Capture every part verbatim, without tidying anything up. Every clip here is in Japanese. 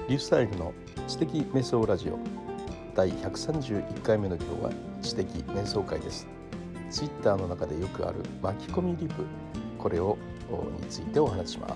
リュフスタイルの知的瞑想ラジオだいひゃくさんじゅういっかいめの今日は知的瞑想会です。ツイッターの中でよくある巻き込みリプ、これをについてお話します。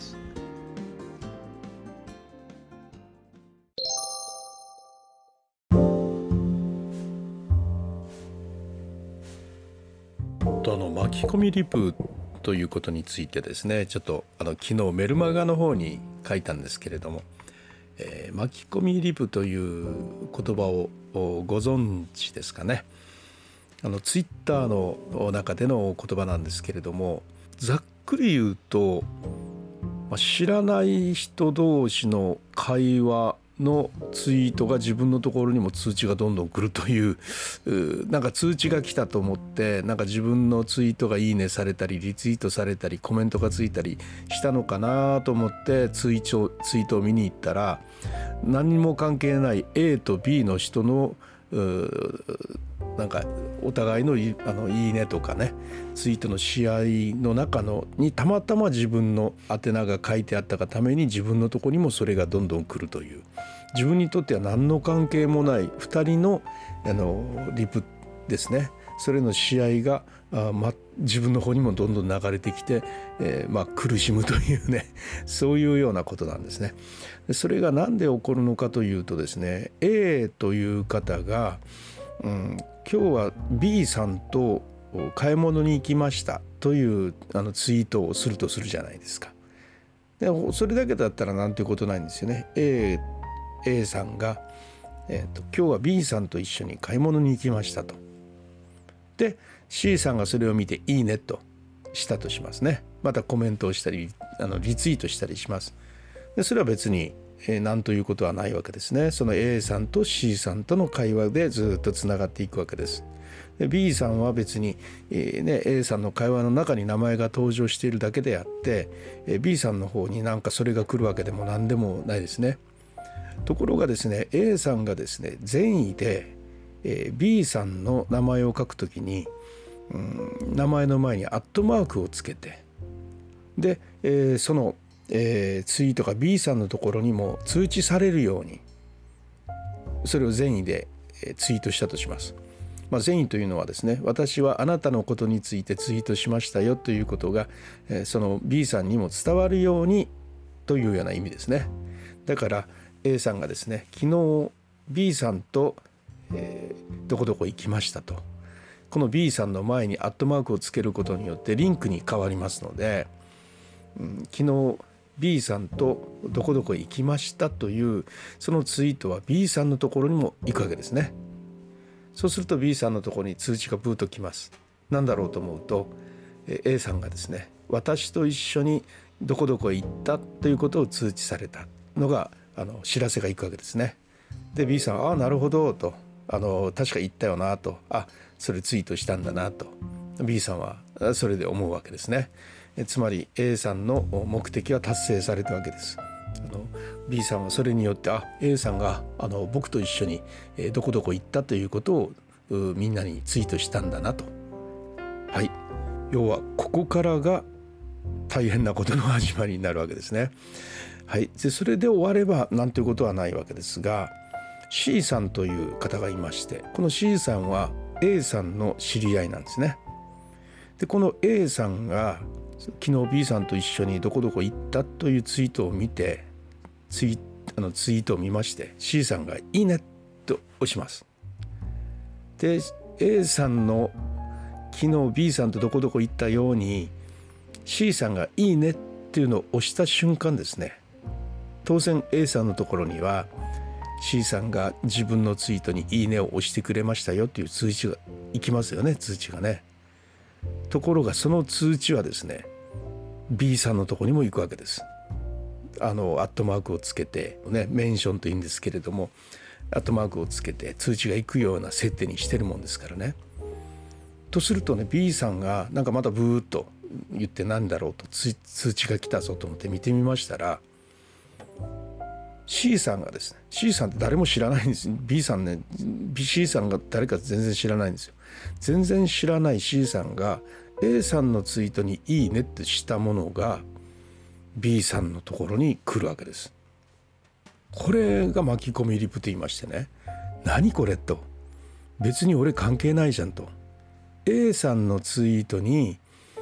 あの巻き込みリプということについてですね、ちょっとあの昨日メルマガの方に書いたんですけれども、えー、巻き込みリプという言葉をご存知ですかね。あのツイッターの中での言葉なんですけれども、ざっくり言うと、まあ、知らない人同士の会話のツイートが自分のところにも通知がどんどん来るという、うなんか通知が来たと思って、なんか自分のツイートがいいねされたりリツイートされたりコメントがついたりしたのかなと思ってツイート、ツイートを見に行ったら、何にも関係ない A と B の人のなんかお互いのいあのいいねとかね、ツイートの試合の中のにたまたま自分の宛名が書いてあったがために、自分のところにもそれがどんどん来るという、自分にとっては何の関係もないふたりのあのリプですね。それの試合があ、ま、自分の方にもどんどん流れてきて、えーまあ、苦しむというねそういうようなことなんですね。それが何で起こるのかというとですね、 A という方が、うん、今日は B さんと買い物に行きましたというあのツイートをするとするじゃないですか。でそれだけだったらなんていうことないんですよね。 A, A さんが、えーと、今日は B さんと一緒に買い物に行きましたと。で C さんがそれを見ていいねとしたとしますね。またコメントをしたりあのリツイートしたりします。でそれは別にえー、何ということはないわけですね。その A さんと C さんとの会話でずっとつながっていくわけです。で B さんは別に、えーね、A さんの会話の中に名前が登場しているだけであって、えー、B さんの方になんかそれが来るわけでも何でもないですね。ところがですね、 A さんがですね善意で、えー、B さんの名前を書くときに、うん、名前の前にアットマークをつけて、で、えー、そのえー、ツイートが B さんのところにも通知されるようにそれを善意でツイートしたとします。まあ、善意というのはですね、私はあなたのことについてツイートしましたよということが、えー、その B さんにも伝わるようにというような意味ですね。だから A さんがですね、昨日 B さんと、えー、どこどこ行きましたと、この B さんの前にアットマークをつけることによってリンクに変わりますので、うん、昨日B さんとどこどこ行きましたというそのツイートは B さんのところにも行くわけですね。そうすると B さんのところに通知がブーッときます。なんだろうと思うと A さんがですね、私と一緒にどこどこへ行ったということを通知されたのがあの知らせが行くわけですね。で B さんは、ああなるほどと、あの確か行ったよなと、あそれツイートしたんだなと B さんはそれで思うわけですね。つまり A さんの目的は達成されたわけです。あの B さんはそれによって、あ A さんがあの僕と一緒にどこどこ行ったということをみんなにツイートしたんだなと。はい、要はここからが大変なことの始まりになるわけですね。はい、でそれで終わればなんていうことはないわけですが、 C さんという方がいまして、この C さんは A さんの知り合いなんですね。でこの A さんが昨日 B さんと一緒にどこどこ行ったというツイートを見て、ツイ、あのツイートを見まして C さんがいいねと押します。で A さんの昨日 B さんとどこどこ行ったように C さんがいいねっていうのを押した瞬間ですね、当然 A さんのところには C さんが自分のツイートにいいねを押してくれましたよという通知がいきますよね、通知がね。ところがその通知はですねB さんのところにも行くわけです。あのアットマークをつけて、ね、メンションというんですけれども、アットマークをつけて通知が行くような設定にしてるもんですからね。とするとね、 B さんがなんかまたブーッと言って、なんだろうと通知が来たぞと思って見てみましたら、 C さんがですね、 C さんって誰も知らないんです。 B さんね、 C さんが誰か全然知らないんですよ。全然知らない C さんが A さんのツイートにいいねってしたものが B さんのところに来るわけです。 これが巻き込みリプと言いましてね、何これと、別に俺関係ないじゃんと、 A さんのツイートに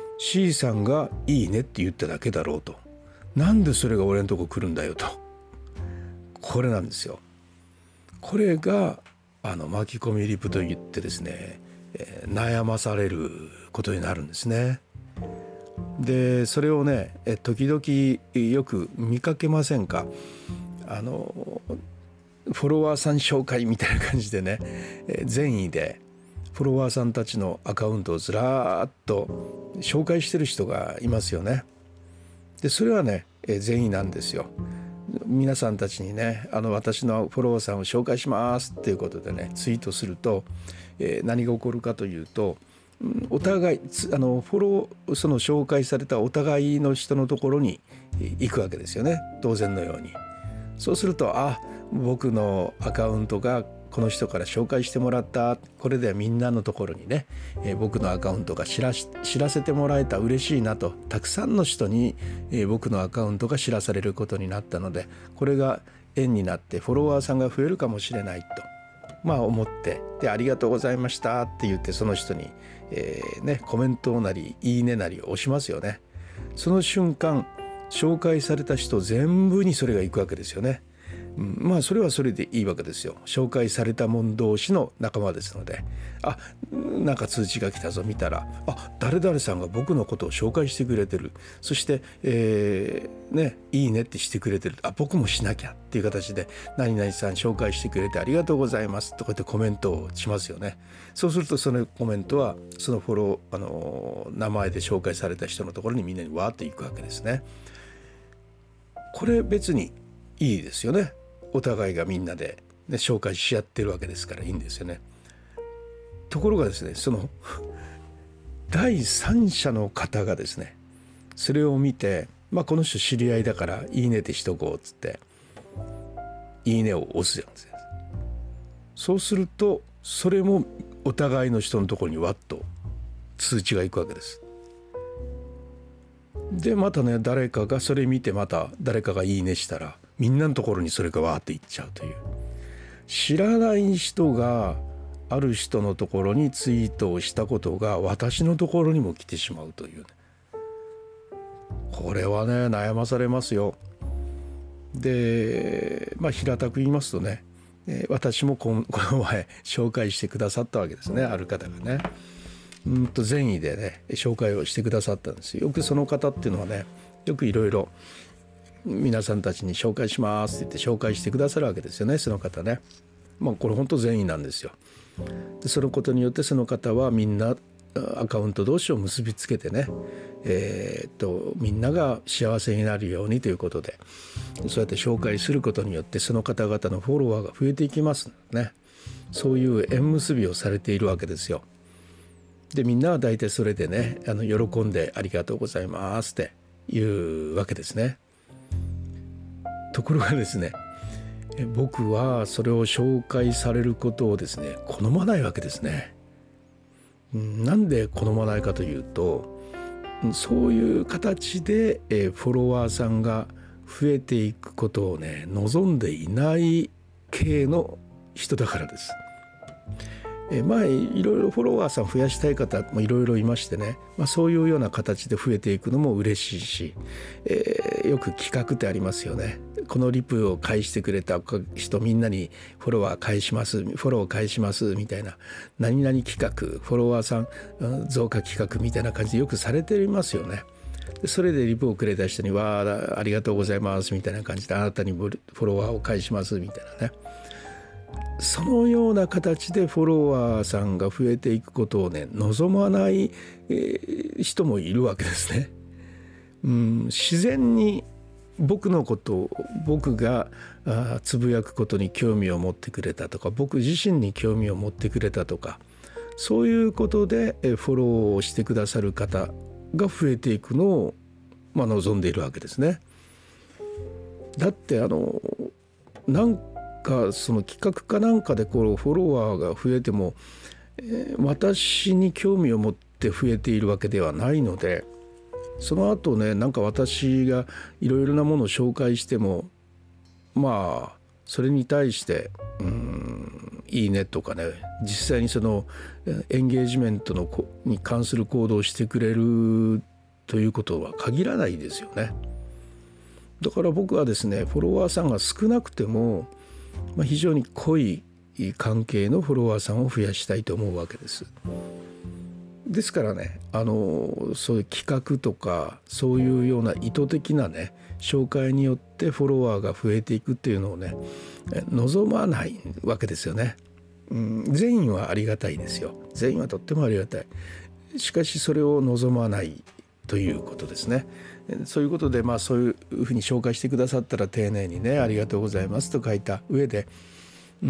C さんがいいねって言っただけだろうと、なんでそれが俺のとこ来るんだよと、これなんですよ。これがあの巻き込みリプといってですね、えー、悩まされることになるんですね。でそれをね時々よく見かけませんか。あのフォロワーさん紹介みたいな感じでね、善意でフォロワーさんたちのアカウントをずらーっと紹介してる人がいますよね。でそれはね善意なんですよ。皆さんたちにね、あの私のフォロワーさんを紹介しますっていうことでねツイートすると、えー、何が起こるかというと、お互いあのフォローその紹介されたお互いの人のところに行くわけですよね、当然のように。そうすると、あ、僕のアカウントがこの人から紹介してもらった、これでみんなのところにね、えー、僕のアカウントが知らし知らせてもらえた、嬉しいなと、たくさんの人に、えー、僕のアカウントが知らされることになったので、これが縁になってフォロワーさんが増えるかもしれないと、まあ思って、でありがとうございましたって言ってその人に、えーね、コメントなりいいねなり押しますよね。その瞬間紹介された人全部にそれが行くわけですよね。うん、まあそれはそれでいいわけですよ。紹介された者同士の仲間ですので、あ、なんか通知が来たぞ、見たら、あ、誰々さんが僕のことを紹介してくれてる、そして、えー、ね、いいねってしてくれてる、あ、僕もしなきゃっていう形で、何々さん紹介してくれてありがとうございますとかってコメントをしますよね。そうするとそのコメントはそのフォロー、あの名前で紹介された人のところにみんなにわーっていくわけですね。これ別にいいですよね。お互いがみんなで、ね、紹介し合ってるわけですからいいんですよね。ところがですね、その第三者の方がですね、それを見て、まあ、この人知り合いだからいいねってしとこうっつっていいねを押すじゃんですよ。そうするとそれもお互いの人のところにわっと通知がいくわけです。でまたね、誰かがそれ見てまた誰かがいいねしたらみんなのところにそれがわーっていっちゃうという、知らない人がある人のところにツイートをしたことが私のところにも来てしまうという、ね、これはね悩まされますよ。でまあ平たく言いますとね、私もこの前紹介してくださったわけですね、ある方がね。うんと善意でね紹介をしてくださったんですよ。よくその方っていうのはね、よくいろいろ皆さんたちに紹介しますって言って紹介してくださるわけですよね、その方ね。まあこれ本当善意なんですよ。でそのことによってその方はみんなアカウント同士を結びつけてね、えー、っとみんなが幸せになるようにということで、そうやって紹介することによってその方々のフォロワーが増えていきますね。そういう縁結びをされているわけですよ。でみんなは大体それでね、あの喜んでありがとうございますっていうわけですね。ところがですね、僕はそれを紹介されることをですね好まないわけですね。なんで好まないかというと、そういう形でフォロワーさんが増えていくことをね望んでいない系の人だからです。えまあいろいろフォロワーさん増やしたい方もいろいろいましてね、まあ、そういうような形で増えていくのも嬉しいし、えー、よく企画ってありますよね。このリプを返してくれた人みんなにフォロワー返します、フォロー返しますみたいな、何々企画、フォロワーさん増加企画みたいな感じでよくされていますよね。でそれでリプをくれた人にわあありがとうございますみたいな感じで、あなたにフォロワーを返しますみたいなね、そのような形でフォロワーさんが増えていくことをね望まない、えー、人もいるわけですね。うん、自然に僕のことを僕があつぶやくことに興味を持ってくれたとか、僕自身に興味を持ってくれたとか、そういうことでフォローをしてくださる方が増えていくのを、まあ、望んでいるわけですね。だってあのなんかその企画かなんかでこうフォロワーが増えても、えー、私に興味を持って増えているわけではないので、その後ねなんか私がいろいろなものを紹介してもまあそれに対してうーんいいねとかね、実際にそのエンゲージメントのこに関する行動をしてくれるということは限らないですよね。だから僕はですね、フォロワーさんが少なくても、まあ、非常に濃い関係のフォロワーさんを増やしたいと思うわけです。ですからね、あのそういう企画とかそういうような意図的なね紹介によってフォロワーが増えていくっていうのをね望まないわけですよね。うん、善意はありがたいですよ。善意はとってもありがたい。しかしそれを望まないということですね。そういうことで、まあそういうふうに紹介してくださったら丁寧にねありがとうございますと書いた上で、うん、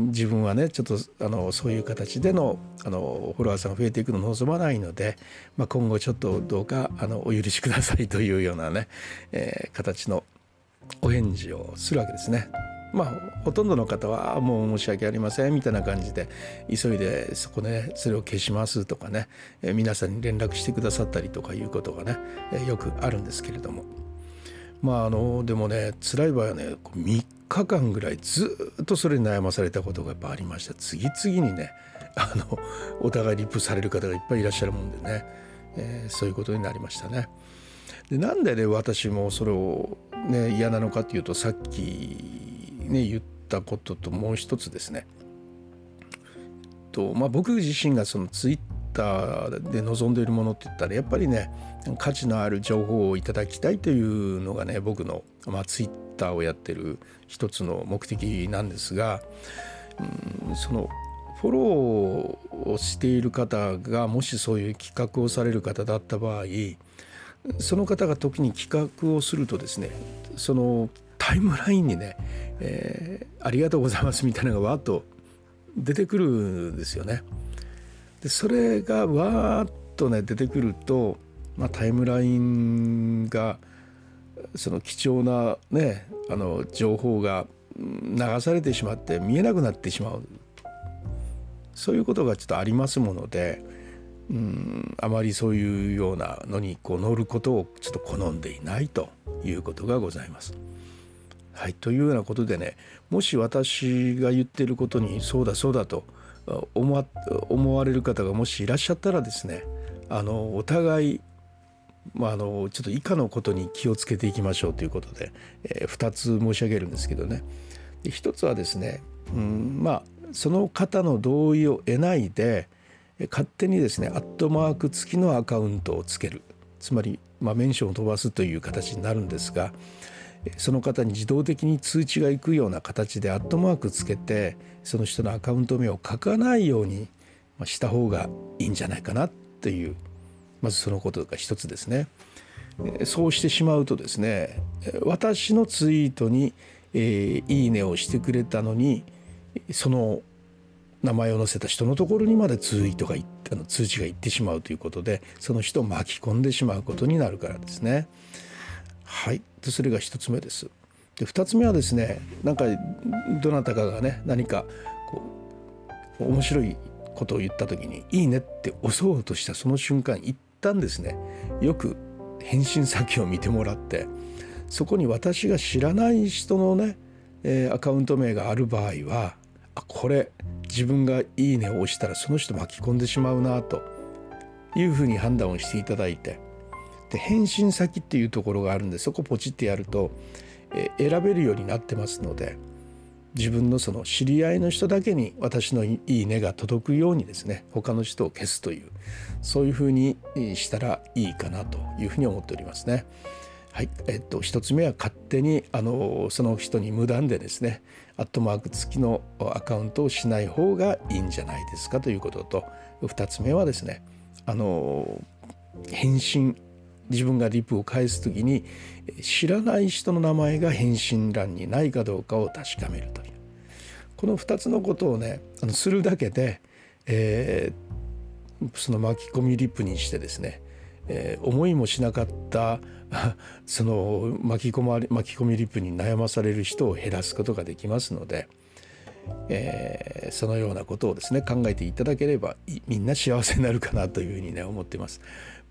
自分はねちょっとあのそういう形でのあのフォロワーさんが増えていくのを望まないので、まあ、今後ちょっとどうかあのお許しくださいというようなね、えー、形のお返事をするわけですね。まあほとんどの方はもう申し訳ありませんみたいな感じで急いでそこねそれを消しますとかね、えー、皆さんに連絡してくださったりとかいうことがね、えー、よくあるんですけれども、まああのでもね辛い場合はねみっかかんぐらいずっとそれに悩まされたことがやっぱありました。次々にねあのお互いリプされる方がいっぱいいらっしゃるもんでね、えー、そういうことになりましたね。でなんでね私もそれをね嫌なのかっていうと、さっきね言ったことともう一つですね、とまあ僕自身がそのツイッターで望んでいるものって言ったらやっぱりね価値のある情報をいただきたいというのがね僕の、まあ、ツイッターをやってる一つの目的なんですが、うん、そのフォローをしている方がもしそういう企画をされる方だった場合、その方が時に企画をするとですね、そのタイムラインにね、えー、ありがとうございますみたいなのがわーっと出てくるんですよね。でそれがわーっとね出てくると、まあ、タイムラインがその貴重なねあの情報が流されてしまって見えなくなってしまう、そういうことがちょっとありますもので、うんあまりそういうようなのにこう乗ることをちょっと好んでいないということがございます。はい、というようなことでね、もし私が言っていることにそうだそうだと思わ、思われる方がもしいらっしゃったらですね、あのお互い、まあ、あのちょっと以下のことに気をつけていきましょうということで、えー、ふたつ申し上げるんですけどね。でひとつはですね、うんまあその方の同意を得ないで勝手にですねアットマーク付きのアカウントをつける、つまり、まあ、メンションを飛ばすという形になるんですが、その方に自動的に通知がいくような形でアットマークつけてその人のアカウント名を書かないようにした方がいいんじゃないかなという、まずそのことが一つですね。そうしてしまうとですね、私のツイートに、えー、いいねをしてくれたのにその名前を載せた人のところにまでツイートがいあの通知がいってしまうということで、その人を巻き込んでしまうことになるからですね。はい、でそれが一つ目です。で二つ目はですね、なんかどなたかがね何かこう面白いことを言った時にいいねって押そうとしたその瞬間、一旦ですねよく返信先を見てもらって、そこに私が知らない人のね、えー、アカウント名がある場合は、あこれ自分がいいねを押したらその人巻き込んでしまうなというふうに判断をしていただいて、で返信先っていうところがあるんで、そこポチってやると、えー、選べるようになってますので、自分のその知り合いの人だけに私のいいねが届くようにですね、他の人を消すという、そういうふうにしたらいいかなというふうに思っておりますね。はい、えっと一つ目は勝手にあのその人に無断でですねアットマーク付きのアカウントをしない方がいいんじゃないですかということと、二つ目はですね、あの返信、自分がリプを返すときに知らない人の名前が返信欄にないかどうかを確かめるという、このふたつのことをねあのするだけで、えー、その巻き込みリプにしてですね、えー、思いもしなかったその巻き込まれ巻き込みリプに悩まされる人を減らすことができますので、えー、そのようなことをですね考えていただければみんな幸せになるかなというふうにね思っています。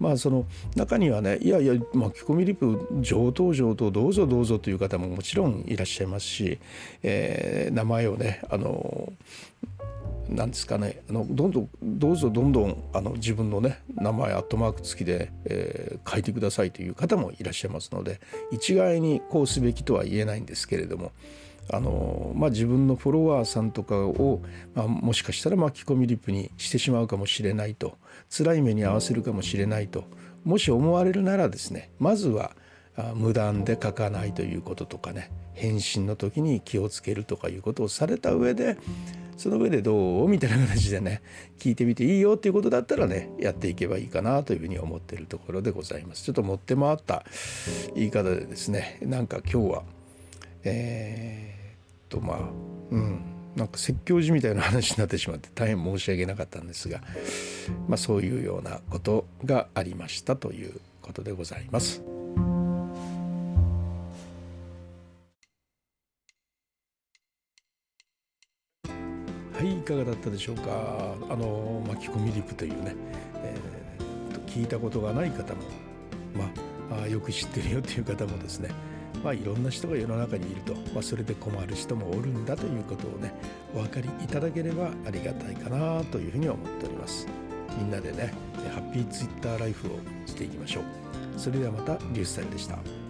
まあその中にはね、いやいや巻き込みリプ上等上等どうぞどうぞという方ももちろんいらっしゃいますし、えー、名前をねあのなんですかね、あのどんどんどうぞどんどんあの自分のね名前アットマーク付きで、えー、書いてくださいという方もいらっしゃいますので、一概にこうすべきとは言えないんですけれども、あのまあ、自分のフォロワーさんとかを、まあ、もしかしたら巻き込みリプにしてしまうかもしれないと、辛い目に遭わせるかもしれないともし思われるならですね、まずは無断で書かないということとかね、返信の時に気をつけるとかいうことをされた上で、その上でどうみたいな形でね聞いてみていいよっていうことだったらねやっていけばいいかなというふうに思っているところでございます。ちょっと持って回った言い方でですね、なんか今日はえー、っとまあうんなんか説教師みたいな話になってしまって大変申し訳なかったんですが、まあそういうようなことがありましたということでございます。はい、いかがだったでしょうか。あの巻き込みリプというね、えー、と聞いたことがない方も、まあ、よく知ってるよという方もですね、まあ、いろんな人が世の中にいると、まあ、それで困る人もおるんだということをねお分かりいただければありがたいかなというふうに思っております。みんなでねハッピーツイッターライフをしていきましょう。それではまたリュースタイルでした。